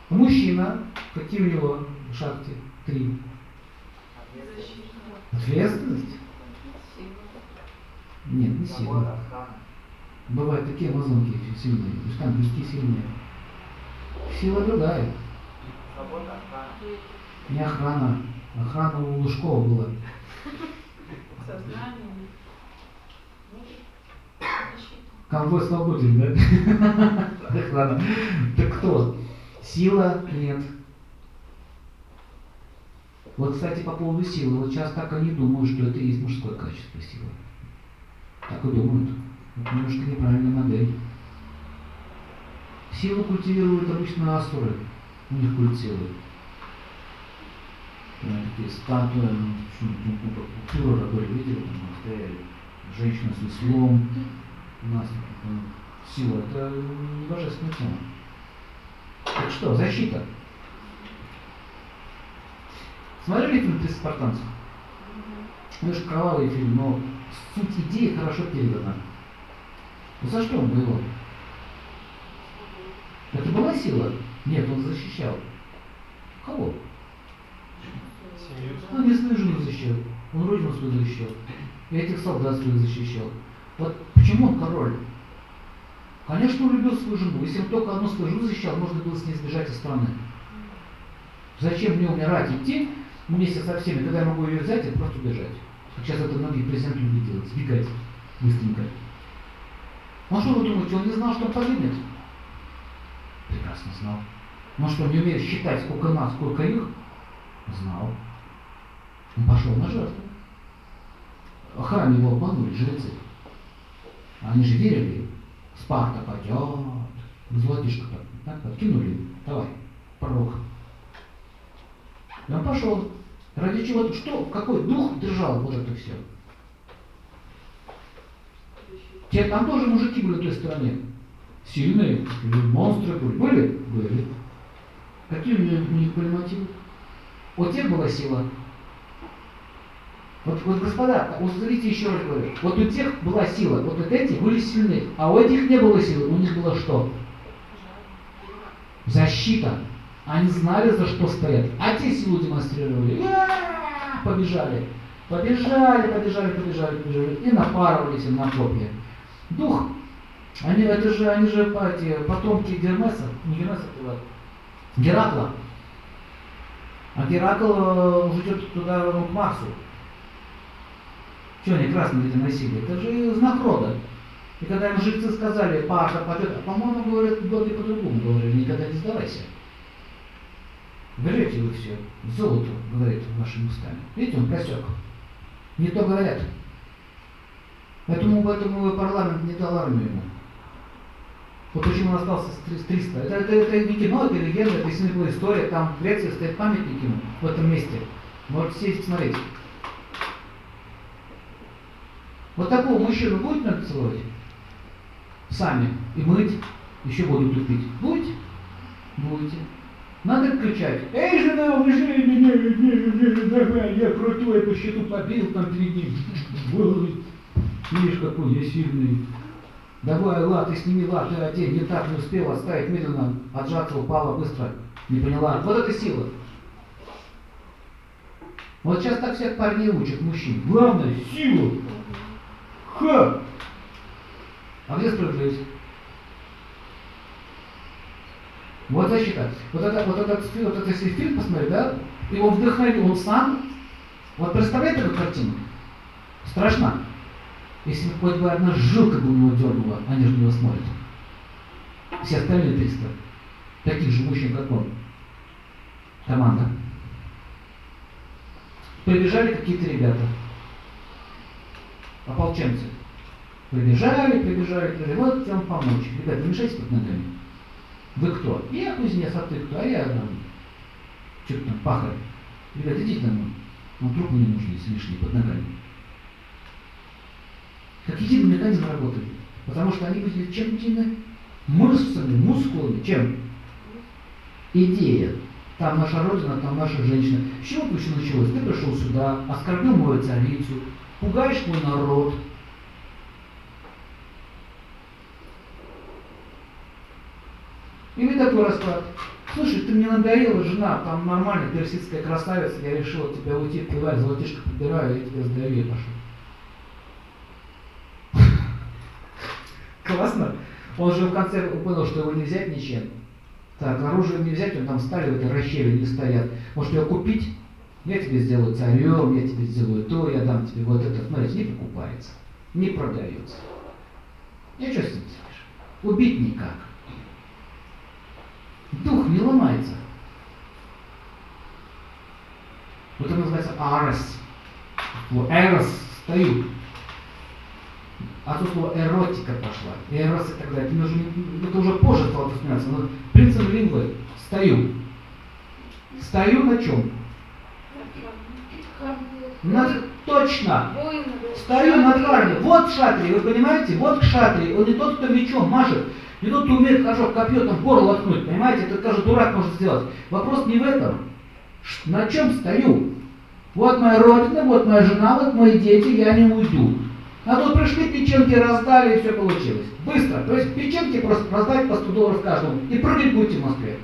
Мужчина, какие у него шахты? 3. Ответственность? Нет, не сила. Бывают такие амазонки сильные, то есть там близки сильные. Сила другая. Не охрана. Охрана у Лужкова была. Конвой свободен, да? Охрана. Так кто? Сила? Нет. Вот, кстати, по поводу силы. Вот сейчас так они думают, что это и есть мужское качество силы. Так и думают. Это немножко неправильная модель. Силу культивируют обычно асуры. У них культ силы. Такие статуи, Фюрера были, видели, там стояли. Женщина с веслом. У нас сила. Это не божественная тема. Так что, защита. Смотрели фильм «30 спартанцев»? Немножко кровавый фильм, но суть идеи хорошо передана. Ну за что он воевал? Это была сила? Нет, он защищал. Кого? Он не свою жену защищал, он родину свою защищал, и этих солдат своих защищал. Вот почему он король? Конечно, он любил свою жену. Если он только одну свою жену защищал, можно было с ней сбежать из страны. Зачем мне умирать, идти вместе со всеми, когда я могу ее взять и просто убежать? Сейчас это многие президенты любят делать, сбегать быстренько. Ну что вы думаете, он не знал, что он погибнет? Прекрасно знал. Но что, не умеет считать, сколько нас, сколько их? Знал. Он пошел на жертву. В храме его обманули жрецы. Они же верили. Спарта пойдет. Золотишко так подкинули. Давай, пророк. И он пошел. Ради чего? Что? Какой дух держал вот это все? Те там тоже мужики были в той стороне. Сильные, монстры были. Были? Были. Какие у них были мотивы? У тех была сила. Вот господа, вот смотрите, еще раз говорю. Вот у тех была сила, вот эти были сильны. А у этих не было силы. У них было что? Защита. Они знали, за что стоят. А те силу демонстрировали. Побежали. Побежали. И напарывались им на копья. Дух. Они же потомки Гермеса. Не Гермеса, а Геракла. А Геракл идет туда, к Марсу. Чего они красные эти носили? Это же знак рода. И когда им жрецы сказали, Паша пойдет, по-моему, говорят, боги по-другому говорили, никогда не сдавайся. Берете вы все, золото, говорит вашими устами. Видите, он просек. Не то говорят. Поэтому парламент не дал армию ему. Вот почему он остался с 300. Это не кино, это легенда, это действительно была история. Там в Греции стоит памятник ему в этом месте. Можете сесть посмотреть. Вот такого мужчину будете надо целовать? Сами. И мыть. Еще воду тупить. Будете? Будете. Надо кричать. Эй, жена, выжили меня, давай, я крутой, по счету побил там перед ним. Видишь, какой я сильный. Давай, ты сними ты одень. Не так не успела оставить медленно, отжаться, упала быстро. Не поняла. Вот это сила. Вот сейчас так всех парней учат, мужчин. Главное, силу. Ха! А где справедливость? Вот защита. Вот этот фильм посмотри, да? Его вдохновил он сам. Вот представляете эту картину? Страшно. Если хоть бы одна жилка бы у него дернула, они же на него смотрят. Все остальные 300. Таких же мужчин, как он. Команда. Прибежали какие-то ребята. Ополченцы. Прибежали. Вот вам помочь. Ребята, не мешайте под ногами. Вы кто? Я кузнец, а ты кто? А я там, что-то там, пахарь. Ребята, идите домой. Он труп мне нужен, если лишний под ногами. Как единый механизм работает. Потому что они были чем едины? Мышцами, мускулами. Чем? Идея. Там наша родина, там наша женщина. С чего это все началось? Ты пришел сюда, оскорбил мою царицу, пугаешь мой народ. Или такой расклад. Слушай, ты мне надоела, жена, там нормальная персидская красавица, я решил от тебя уйти, плевать, золотишко подбираю, я тебя сдаю, я пошел. Классно. Он же в конце понял, что его не взять ничем. Так, оружие не взять, он там стали в этой расщелине стоят. Может его купить? Я тебе сделаю царем, я тебе сделаю то, я дам тебе вот это. Смотрите, не покупается, не продается. Я что с ним делаешь? Убить никак. Дух не ломается. Вот это называется арес. Эрос, стою. А тут слово эротика пошла. Эрос и так далее. Это уже позже стало восприниматься. Но принцип лингвы. Стою. Стою на чем? Точно. Стою над харми. Вот кшатрий, вы понимаете? Вот кшатрий. Он не тот, кто мечом машет. Не тот, кто умеет хорошо копье там горло воткнуть. Понимаете? Это даже дурак может сделать. Вопрос не в этом. На чем стою? Вот моя родина, вот моя жена, вот мои дети, я не уйду. А тут пришли, печенки раздали, и все получилось. Быстро. То есть печенки просто раздать по $100 каждому. И прыгать будете в Москве.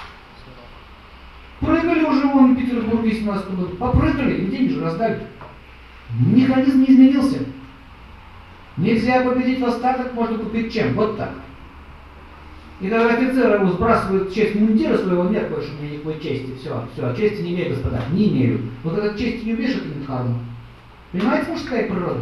Прыгали уже вон в Петербурге 17 году. Попрыгали, и деньги же раздали. Механизм не изменился. Нельзя победить вас так, как можно купить чем. Вот так. И когда офицеры его сбрасывают честь мундира своего, нет больше у меня никакой чести. Все, чести не имею, господа. Не имею. Вот этот честь не умеешь, это не харма. Понимаете, мужская природа?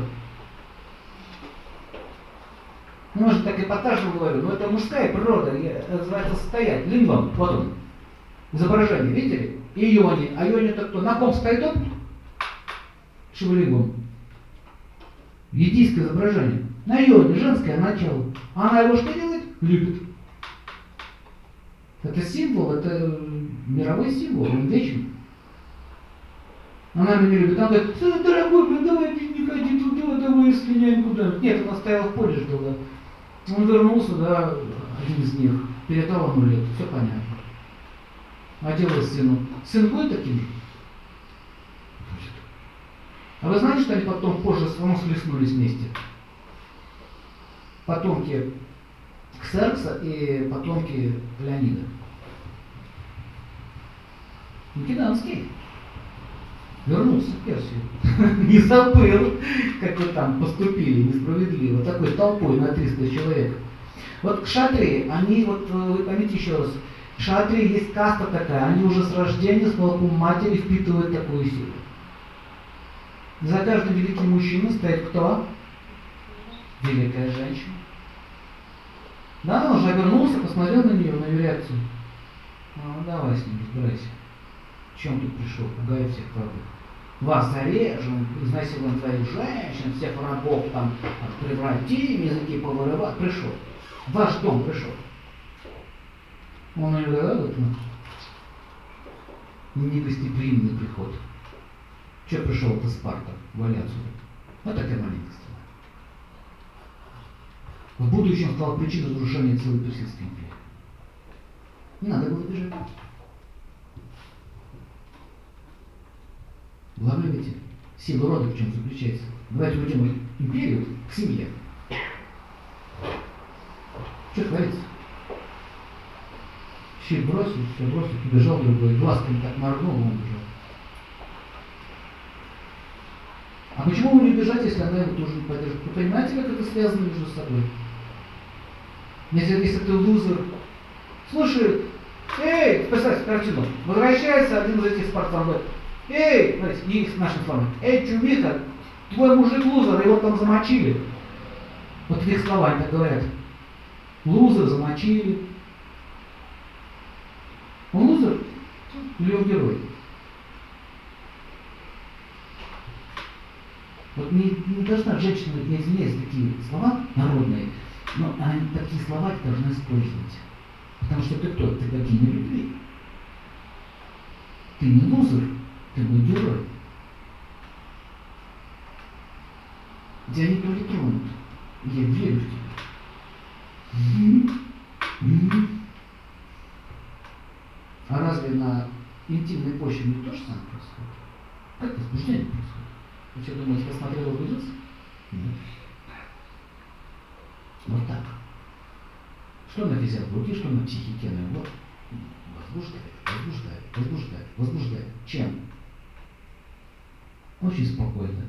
Ну, может, так эпатажно говорю, но это мужская природа, называется состоять. Лингвом, вот он. Изображение, видели? И йони. А йони это кто? На ком стоит он? Шивалингвом. Ведийское изображение. На йоне, женское начало. Она его что делает? Любит. Это символ, это мировой символ, он вечен. Она меня любит, она говорит, дорогой мой, давай не ходи туда, давай слиняем куда-нибудь. Нет, она стояла в поле, ждала. Он вернулся, да, один из них, передал амулет, все понятно. Оделась сыну. Сын будет таким же? А вы знаете, что они потом позже все равно схлестнулись вместе? Потомки Ксеркса и потомки Леонида. Македонский. Вернулся в Персию. Не забыл, как вы там поступили несправедливо. Такой толпой на 300 человек. Вот кшатрии, они, вот вы поймите еще раз, кшатрии есть каста такая, они уже с рождения, с молоком матери впитывают такую силу. За каждым великим мужчиной стоит кто? Великая женщина. Да, он уже обернулся, посмотрел на нее, на ее реакцию. Ну, давай с ним разбирайся. В чем тут пришел? Пугаю всех врагов. Вас зарежем, изнасилуем твоих женщин, всех врагов там превратим, языки повырывать. Пришел. В ваш дом пришел. Он иногда, вот, негостеприимный приход. Че пришел-то Спарта валяться? Вот такая маленькая страна. В будущем стала причиной разрушения целой Персидской империи. Не надо было бежать. Главное ведь сила рода в чем заключается. Давайте уйдем империю к семье. Что творится? Щит бросил, все бросил, побежал другой, глазками так моргнул, он бежал. А почему вы не бежать, если она его тоже не поддержит? Вы понимаете, как это связано между собой? Если ты лузер, слушай, эй, представьте картину, возвращается один из этих спортсменов, говорит, эй, смотрите, и с нашим словом, эй, чувиха, твой мужик лузер, его там замочили. Вот в их словах так говорят. Лузер замочили. Он лузер или он герой? Вот не должна женщина, я извиняюсь, такие слова народные, но они такие слова должны использовать. Потому что ты кто? Ты богиня любви. Ты не лузер, ты мой герой. Тебя никто не тронут. Я верю в тебя. А разве на интимной почве не то же самое происходит? Как возбуждение происходит? Вы что думаете, посмотрел и выделся? Нет. Вот так. Что на физиологии, что на психике, ну вот. Возбуждает, возбуждает, возбуждает, возбуждает. Чем? Очень спокойно.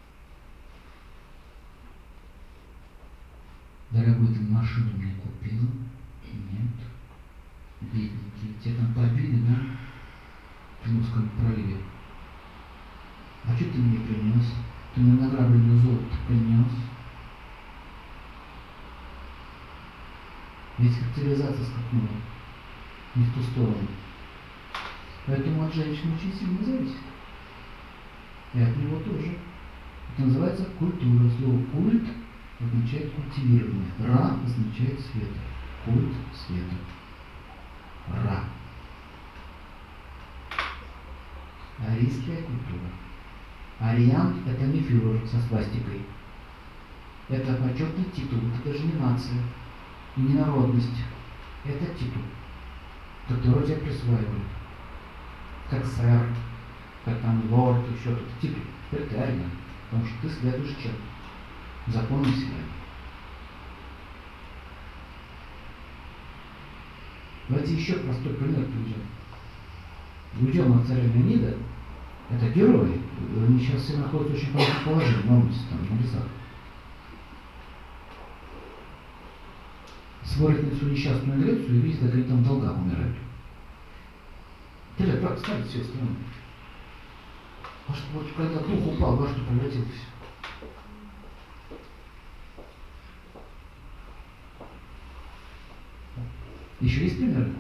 Дорогой, ты машину мне купил? Нет. Бедненький. Тебя там побили, да? В Приморском проливе. А что ты мне принес? Ты мне награбленное золото принес? Ведь цивилизация скакнула не в ту сторону. Поэтому от женщин очень сильно зависит. И от него тоже. Это называется культура. Слово культ означает культивирование. Ра означает свет. Культ света. Ра. Арийская культура. Ариан – это не фюрер со свастикой. Это почетный титул. Это даже не нация. И не народность. Это титул, который тебе присваивают. Как сэр, как там лорд, еще тут титул. Это ариан. Потому что ты следуешь чем? Законом себя. Давайте еще простой пример приведем. Уйдем от царя Леонида. Это герои. Они сейчас все находятся в очень хорошем положении. Помните, там, на лесах. Смотрят на всю несчастную Грецию и видят, как они там в долгах умирают. Ты как ставить все остальное? А что, вот когда дух упал, во что превратилось? Еще есть примеры?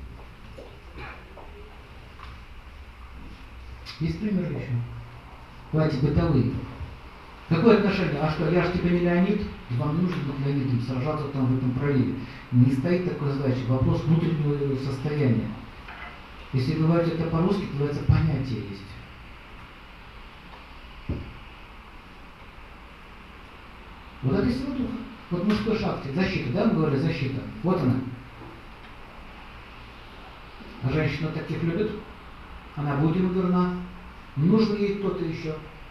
Есть примеры еще? Давайте бытовые. Какое отношение? А что, я же типа не Леонид, и вам не нужно быть Леонидом, сражаться там в этом проливе. Не стоит такой задачи. Вопрос внутреннего состояния. Если говорить это по-русски, то называется понятие есть. Вот это сила духа. Вот мужской шахте, защита, да, мы говорили, защита. Вот она. А женщина таких любит, она будет ему верна. Не нужно ей кто-то еще.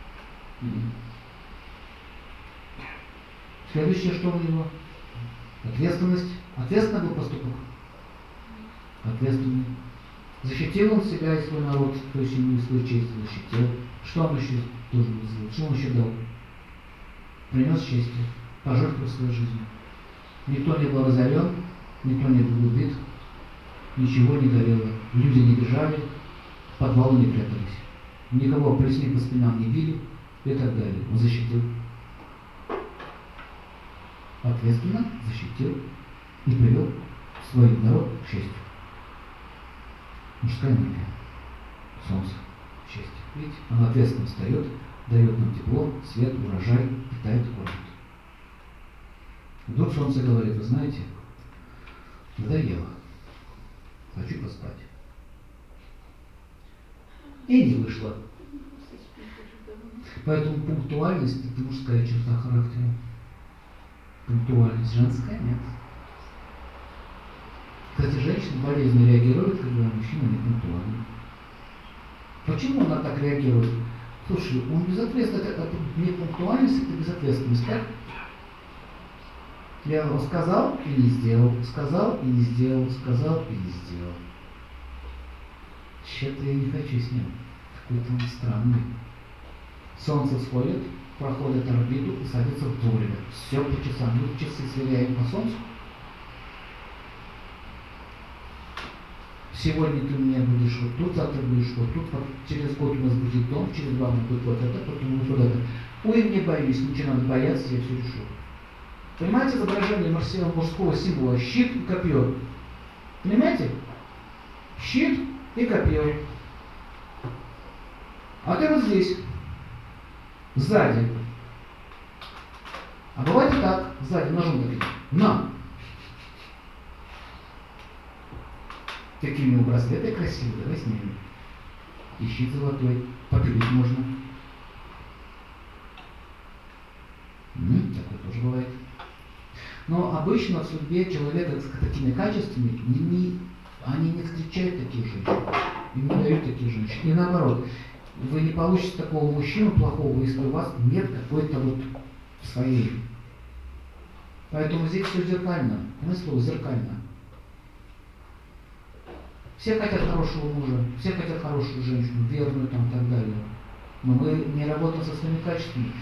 Следующее, что у него? Ответственность. Ответственный был поступок. Ответственный. Защитил он себя и свой народ, свою семью, свою честь защитил. Что он еще должен был сделать? Что он еще дал? Принес счастье, пожертвовал своей жизнью. Никто не был разорен, никто не был убит, ничего не горело. Люди не бежали, в подвалы не прятались. Никого плесни по спинам не били и так далее. Он защитил. Ответственно защитил и привел свой народ к счастью. Мужская энергия. Солнце. Счастье. Видите? Оно ответственно встает, дает нам тепло, свет, урожай, питает город. Вдруг солнце говорит, вы знаете, надоело. Хочу поспать. И не вышло. Поэтому пунктуальность – это мужская черта характера. Пунктуальность женская – нет. Кстати, женщина болезненно реагирует, когда мужчина не пунктуальный. Почему она так реагирует? Слушай, он безответственный, это не пунктуальность, это безответственность, так? Я вам сказал и не сделал, сказал и не сделал, сказал и не сделал. Что-то я не хочу с ним. Какой-то он странный. Солнце сходит, проходит орбиту и садится в вовремя. Все по часам. Мы часы сверяем по Солнцу. Сегодня ты у меня будешь вот тут, завтра будешь вот тут, через год у нас будет дом, через 2 года будет вот это, потом вот это. Ой, не боюсь, ничего надо бояться, я все решу. Понимаете изображение мужского символа? Щит и копье. Понимаете? Щит и копье. А ты вот здесь, сзади. А бывает и так, сзади ножом таким. На! Такие у него браслеты красивые, давай снимем. И щит золотой, попилить можно. Такое тоже бывает. Но обычно в судьбе человека с такими качествами, они не встречают таких женщин, им не дают таких женщин. И наоборот, вы не получите такого мужчину плохого, если у вас нет какой-то вот своей Поэтому здесь все зеркально. Понимаете слово зеркально? Все хотят хорошего мужа, все хотят хорошую женщину, верную там и так далее. Но мы не работаем со своими качествами.